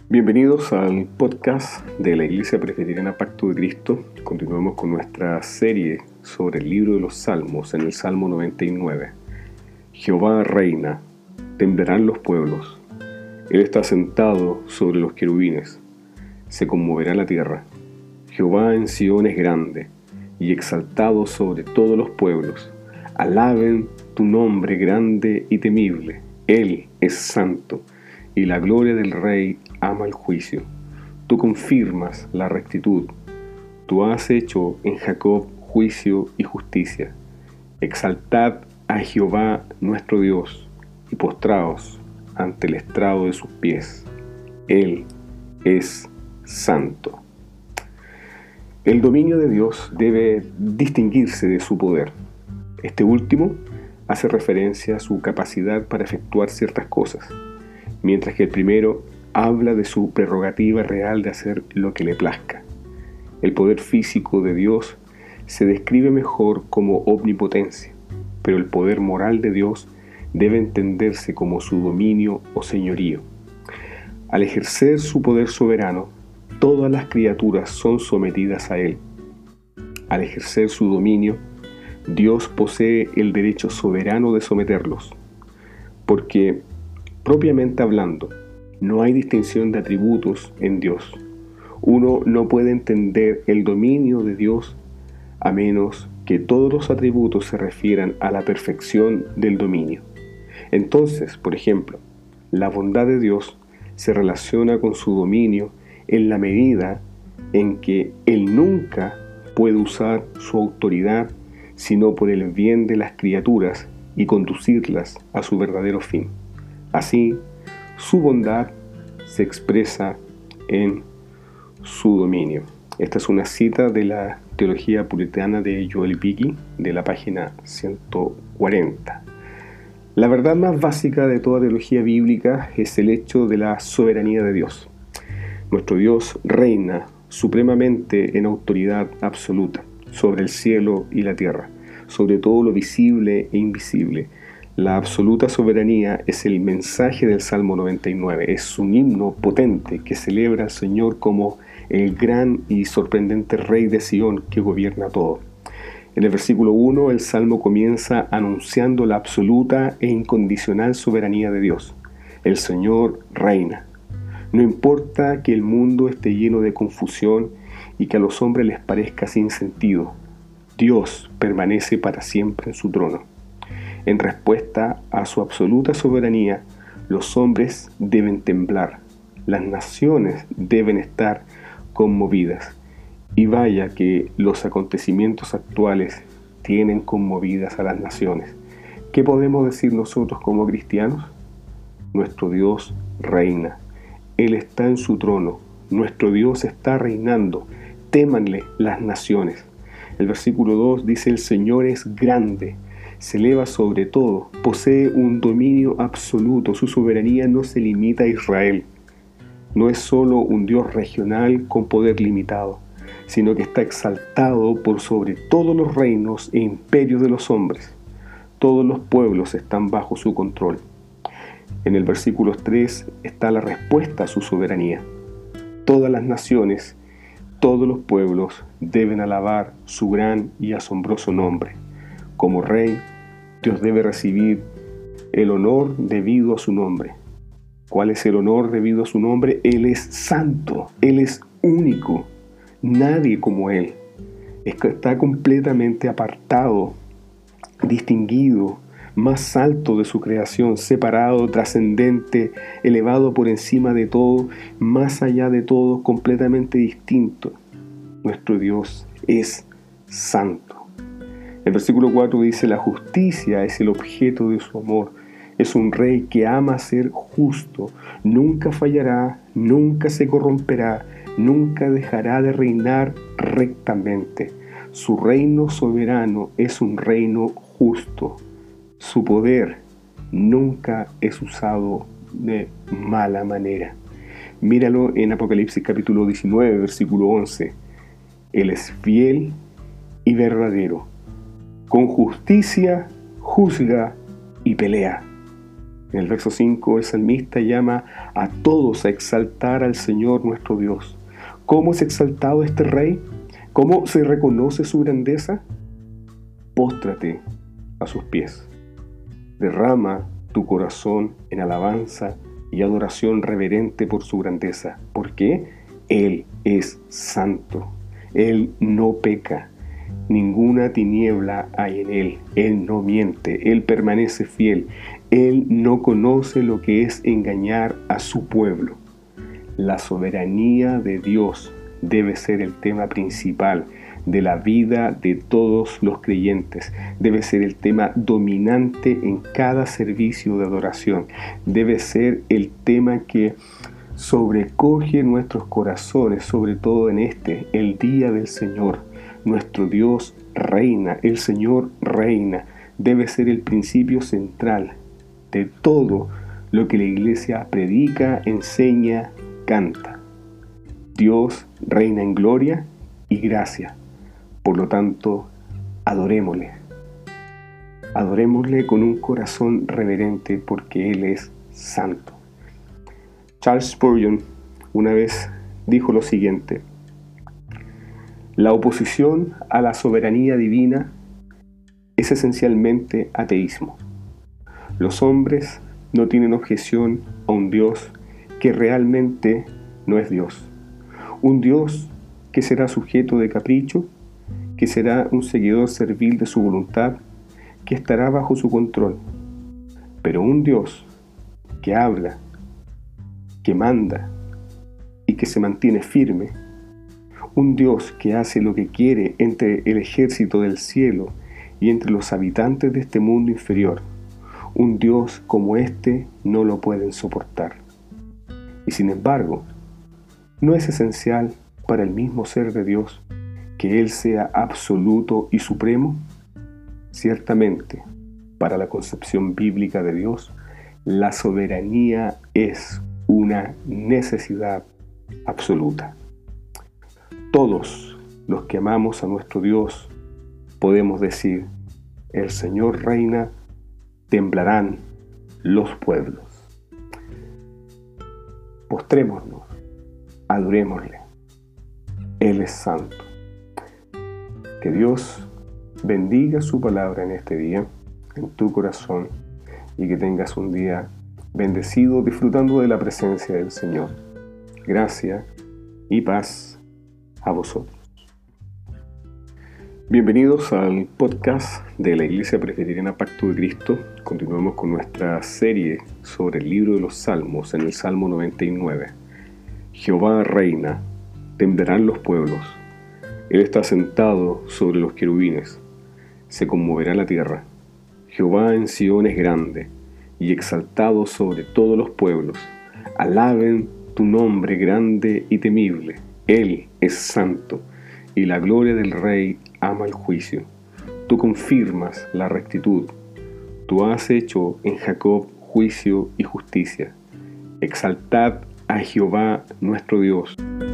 Bienvenidos al podcast de la Iglesia Presbiteriana Pacto de Cristo. Continuamos con nuestra serie sobre el libro de los Salmos en el Salmo 99. Jehová reina, temblarán los pueblos. Él está sentado sobre los querubines, se conmoverá la tierra. Jehová en Sión es grande y exaltado sobre todos los pueblos. Alaben tu nombre grande y temible. Él es santo y la gloria del Rey ama el juicio. Tú confirmas la rectitud. Tú has hecho en Jacob juicio y justicia. Exaltad a Jehová nuestro Dios y postraos ante el estrado de sus pies. Él es santo. El dominio de Dios debe distinguirse de su poder. Este último hace referencia a su capacidad para efectuar ciertas cosas, mientras que el primero habla de su prerrogativa real de hacer lo que le plazca. El poder físico de Dios se describe mejor como omnipotencia, pero el poder moral de Dios debe entenderse como su dominio o señorío. Al ejercer su poder soberano, todas las criaturas son sometidas a Él. Al ejercer su dominio, Dios posee el derecho soberano de someterlos, porque, propiamente hablando, no hay distinción de atributos en Dios. Uno no puede entender el dominio de Dios a menos que todos los atributos se refieran a la perfección del dominio. Entonces, por ejemplo, la bondad de Dios se relaciona con su dominio en la medida en que Él nunca puede usar su autoridad sino por el bien de las criaturas y conducirlas a su verdadero fin. Así, su bondad se expresa en su dominio. Esta es una cita de la teología puritana de Joel Beeke, de la página 140. La verdad más básica de toda teología bíblica es el hecho de la soberanía de Dios. Nuestro Dios reina supremamente en autoridad absoluta sobre el cielo y la tierra, sobre todo lo visible e invisible. La absoluta soberanía es el mensaje del Salmo 99. Es un himno potente que celebra al Señor como el gran y sorprendente Rey de Sión que gobierna todo. En el versículo 1, el Salmo comienza anunciando la absoluta e incondicional soberanía de Dios. El Señor reina. No importa que el mundo esté lleno de confusión y que a los hombres les parezca sin sentido, Dios permanece para siempre en su trono. En respuesta a su absoluta soberanía, los hombres deben temblar, las naciones deben estar conmovidas. Y vaya que los acontecimientos actuales tienen conmovidas a las naciones. ¿Qué podemos decir nosotros como cristianos? Nuestro Dios reina. Él está en su trono. Nuestro Dios está reinando. Témanle las naciones. El versículo 2 dice: el Señor es grande, se eleva sobre todo, posee un dominio absoluto, su soberanía no se limita a Israel. No es solo un Dios regional con poder limitado, sino que está exaltado por sobre todos los reinos e imperios de los hombres. Todos los pueblos están bajo su control. En el versículo 3 está la respuesta a su soberanía. Todas las naciones, todos los pueblos deben alabar su gran y asombroso nombre. Como Rey, Dios debe recibir el honor debido a su nombre. ¿Cuál es el honor debido a su nombre? Él es santo, Él es único, nadie como Él. Está completamente apartado, distinguido, más alto de su creación, separado, trascendente, elevado por encima de todo, más allá de todo, completamente distinto. Nuestro Dios es santo. El versículo 4 dice: la justicia es el objeto de su amor. Es un rey que ama ser justo, nunca fallará, nunca se corromperá, nunca dejará de reinar rectamente. Su reino soberano es un reino justo. Su poder nunca es usado de mala manera. Míralo en Apocalipsis capítulo 19, versículo 11. Él es fiel y verdadero. Con justicia juzga y pelea. En el verso 5 el salmista llama a todos a exaltar al Señor nuestro Dios. ¿Cómo es exaltado este Rey? ¿Cómo se reconoce su grandeza? Póstrate a sus pies. Derrama tu corazón en alabanza y adoración reverente por su grandeza. ¿Por qué? Él es santo. Él no peca. Ninguna tiniebla hay en Él. Él no miente. Él permanece fiel. Él no conoce lo que es engañar a su pueblo. La soberanía de Dios debe ser el tema principal de la vida de todos los creyentes. Debe ser el tema dominante en cada servicio de adoración. Debe ser el tema que sobrecoge nuestros corazones, sobre todo en el día del Señor. Nuestro Dios reina, el Señor reina. Debe ser el principio central de todo lo que la iglesia predica, enseña, canta. Dios reina en gloria y gracia. Por lo tanto, adorémosle. Adorémosle con un corazón reverente porque Él es santo. Charles Spurgeon una vez dijo lo siguiente: la oposición a la soberanía divina es esencialmente ateísmo. Los hombres no tienen objeción a un Dios que realmente no es Dios. Un Dios que será sujeto de capricho, que será un seguidor servil de su voluntad, que estará bajo su control. Pero un Dios que habla, que manda y que se mantiene firme, un Dios que hace lo que quiere entre el ejército del cielo y entre los habitantes de este mundo inferior, un Dios como este no lo pueden soportar. Y sin embargo, ¿no es esencial para el mismo ser de Dios que Él sea absoluto y supremo? Ciertamente, para la concepción bíblica de Dios, la soberanía es una necesidad absoluta. Todos los que amamos a nuestro Dios podemos decir: el Señor reina, temblarán los pueblos. Postrémonos, adorémosle. Él es santo. Que Dios bendiga su palabra en este día, en tu corazón, y que tengas un día bendecido disfrutando de la presencia del Señor. Gracia y paz a vosotros. Bienvenidos al podcast de la Iglesia Presbiteriana Pacto de Cristo. Continuamos con nuestra serie sobre el libro de los Salmos en el Salmo 99. Jehová reina, temblarán los pueblos. Él está sentado sobre los querubines. Se conmoverá la tierra. Jehová en Sión es grande y exaltado sobre todos los pueblos. Alaben tu nombre grande y temible. Él es santo y la gloria del Rey ama el juicio. Tú confirmas la rectitud. Tú has hecho en Jacob juicio y justicia. Exaltad a Jehová nuestro Dios.